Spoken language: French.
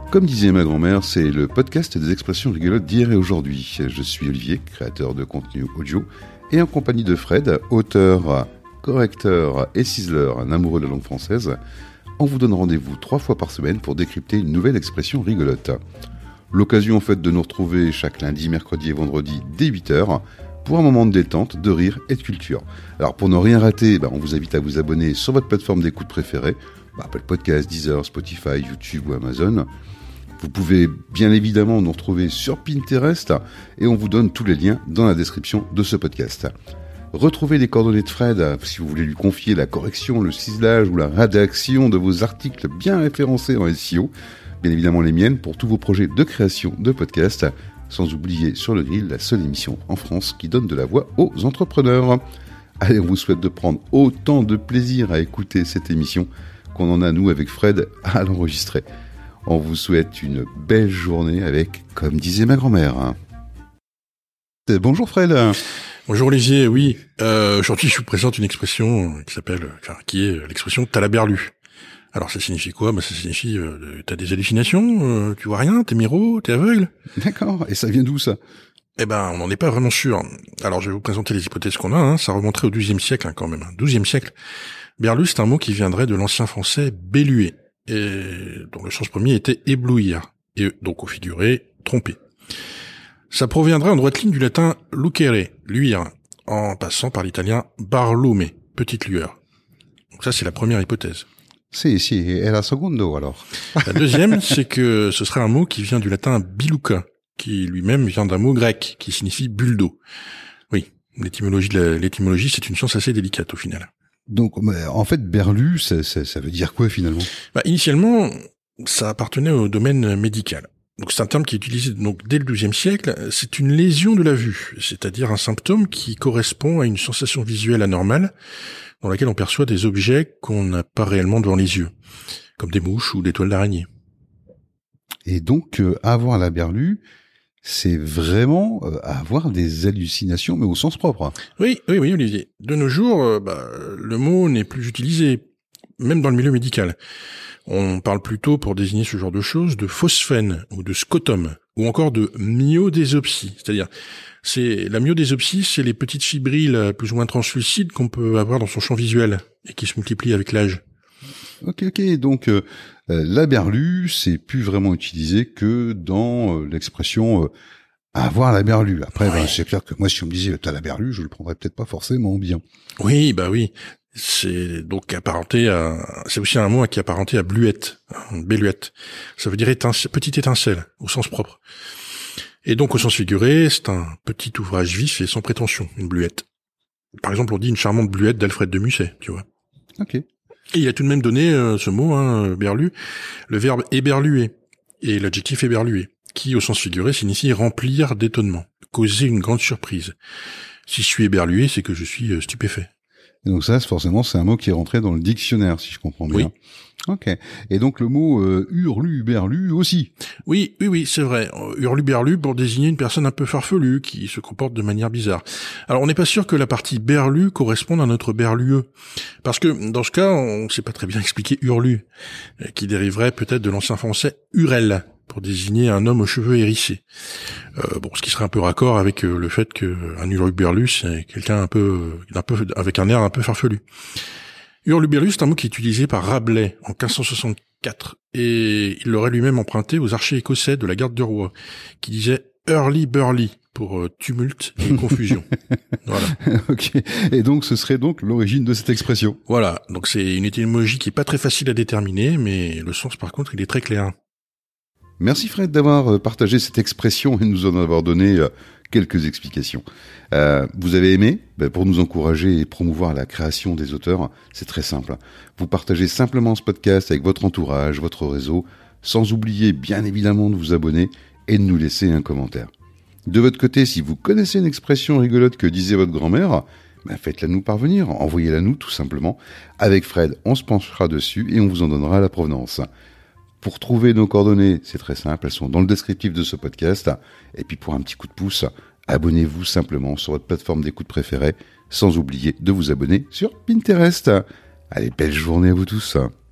Comme disait ma grand-mère, c'est le podcast des expressions rigolotes d'hier et aujourd'hui. Je suis Olivier, créateur de contenu audio, et en compagnie de Fred, auteur, correcteur et ciseleur, un amoureux de la langue française, on vous donne rendez-vous 3 fois par semaine pour décrypter une nouvelle expression rigolote. L'occasion en fait de nous retrouver chaque lundi, mercredi et vendredi dès 8h pour un moment de détente, de rire et de culture. Alors pour ne rien rater, on vous invite à vous abonner sur votre plateforme d'écoute préférée, Apple Podcasts, Deezer, Spotify, YouTube ou Amazon. Vous pouvez bien évidemment nous retrouver sur Pinterest et on vous donne tous les liens dans la description de ce podcast. Retrouvez les coordonnées de Fred si vous voulez lui confier la correction, le ciselage ou la rédaction de vos articles bien référencés en SEO. Bien évidemment les miennes pour tous vos projets de création de podcasts. Sans oublier Sur le Grill, la seule émission en France qui donne de la voix aux entrepreneurs. Allez, on vous souhaite de prendre autant de plaisir à écouter cette émission qu'on en a nous avec Fred à l'enregistrer. On vous souhaite une belle journée avec, comme disait ma grand-mère. Bonjour Fred. Bonjour Olivier, oui. Aujourd'hui, je vous présente une expression qui est l'expression « t'as la berlue ». Alors ça signifie quoi ? Ça signifie t'as des hallucinations, tu vois rien, t'es miro, t'es aveugle. D'accord, et ça vient d'où ça ? On n'en est pas vraiment sûr. Alors je vais vous présenter les hypothèses qu'on a, ça remonterait au XIIe siècle quand même. 12e siècle. Berlue, c'est un mot qui viendrait de l'ancien français béluer, et dont le sens premier était éblouir, et donc au figuré, tromper. Ça proviendrait en droite ligne du latin lucere, luire, en passant par l'italien barlume, petite lueur. Donc ça c'est la première hypothèse. Si, et la secondo alors. La deuxième, c'est que ce serait un mot qui vient du latin biluca, qui lui-même vient d'un mot grec, qui signifie bulle d'eau. Oui, l'étymologie, c'est une science assez délicate au final. Donc, en fait, berlue, ça veut dire quoi finalement ? Initialement, ça appartenait au domaine médical. Donc c'est un terme qui est utilisé donc dès le XIIe siècle. C'est une lésion de la vue, c'est-à-dire un symptôme qui correspond à une sensation visuelle anormale dans laquelle on perçoit des objets qu'on n'a pas réellement devant les yeux, comme des mouches ou des toiles d'araignée. Et donc, avoir la berlue, c'est vraiment avoir des hallucinations, mais au sens propre. Oui, Olivier. De nos jours, le mot n'est plus utilisé, même dans le milieu médical. On parle plutôt, pour désigner ce genre de choses, de phosphène ou de scotum, ou encore de myodésopsie. C'est-à-dire, la myodésopsie, c'est les petites fibrilles plus ou moins translucides qu'on peut avoir dans son champ visuel et qui se multiplient avec l'âge. Ok. Donc, la berlue, c'est plus vraiment utilisé que dans l'expression avoir la berlue. Après, c'est clair que moi, si on me disait t'as la berlue, je le prendrais peut-être pas forcément bien. Oui. C'est donc c'est aussi un mot qui est apparenté à bluette, belluette. Ça veut dire petite étincelle, au sens propre. Et donc, au sens figuré, c'est un petit ouvrage vif et sans prétention, une bluette. Par exemple, on dit une charmante bluette d'Alfred de Musset, tu vois. Ok. Et il a tout de même donné ce mot, berlu, le verbe éberluer et l'adjectif éberluer, qui, au sens figuré, signifie remplir d'étonnement, causer une grande surprise. Si je suis éberlué, c'est que je suis stupéfait. Et donc ça, forcément, c'est un mot qui est rentré dans le dictionnaire, si je comprends bien. Oui. Ok. Et donc le mot hurlu-berlu aussi. Oui, c'est vrai. Hurlu-berlu pour désigner une personne un peu farfelue qui se comporte de manière bizarre. Alors on n'est pas sûr que la partie berlu corresponde à notre berlueux, parce que dans ce cas, on ne sait pas très bien expliquer hurlu, qui dériverait peut-être de l'ancien français hurel, pour désigner un homme aux cheveux hérissés. Ce qui serait un peu raccord avec le fait qu'un hurluberlu, c'est quelqu'un un peu avec un air un peu farfelu. Hurluberlu, c'est un mot qui est utilisé par Rabelais en 1564, et il l'aurait lui-même emprunté aux archers écossais de la garde de Roi, qui disaient hurly-burly pour tumulte et confusion. Voilà. Ok. Et donc, ce serait donc l'origine de cette expression. Voilà. Donc c'est une étymologie qui est pas très facile à déterminer, mais le sens, par contre, il est très clair. Merci Fred d'avoir partagé cette expression et nous en avoir donné quelques explications. Vous avez aimé ? Pour nous encourager et promouvoir la création des auteurs, c'est très simple. Vous partagez simplement ce podcast avec votre entourage, votre réseau, sans oublier bien évidemment de vous abonner et de nous laisser un commentaire. De votre côté, si vous connaissez une expression rigolote que disait votre grand-mère, faites-la nous parvenir, envoyez-la nous tout simplement. Avec Fred, on se penchera dessus et on vous en donnera la provenance. Pour trouver nos coordonnées, c'est très simple, elles sont dans le descriptif de ce podcast. Et puis pour un petit coup de pouce, abonnez-vous simplement sur votre plateforme d'écoute préférée, sans oublier de vous abonner sur Pinterest. Allez, belle journée à vous tous.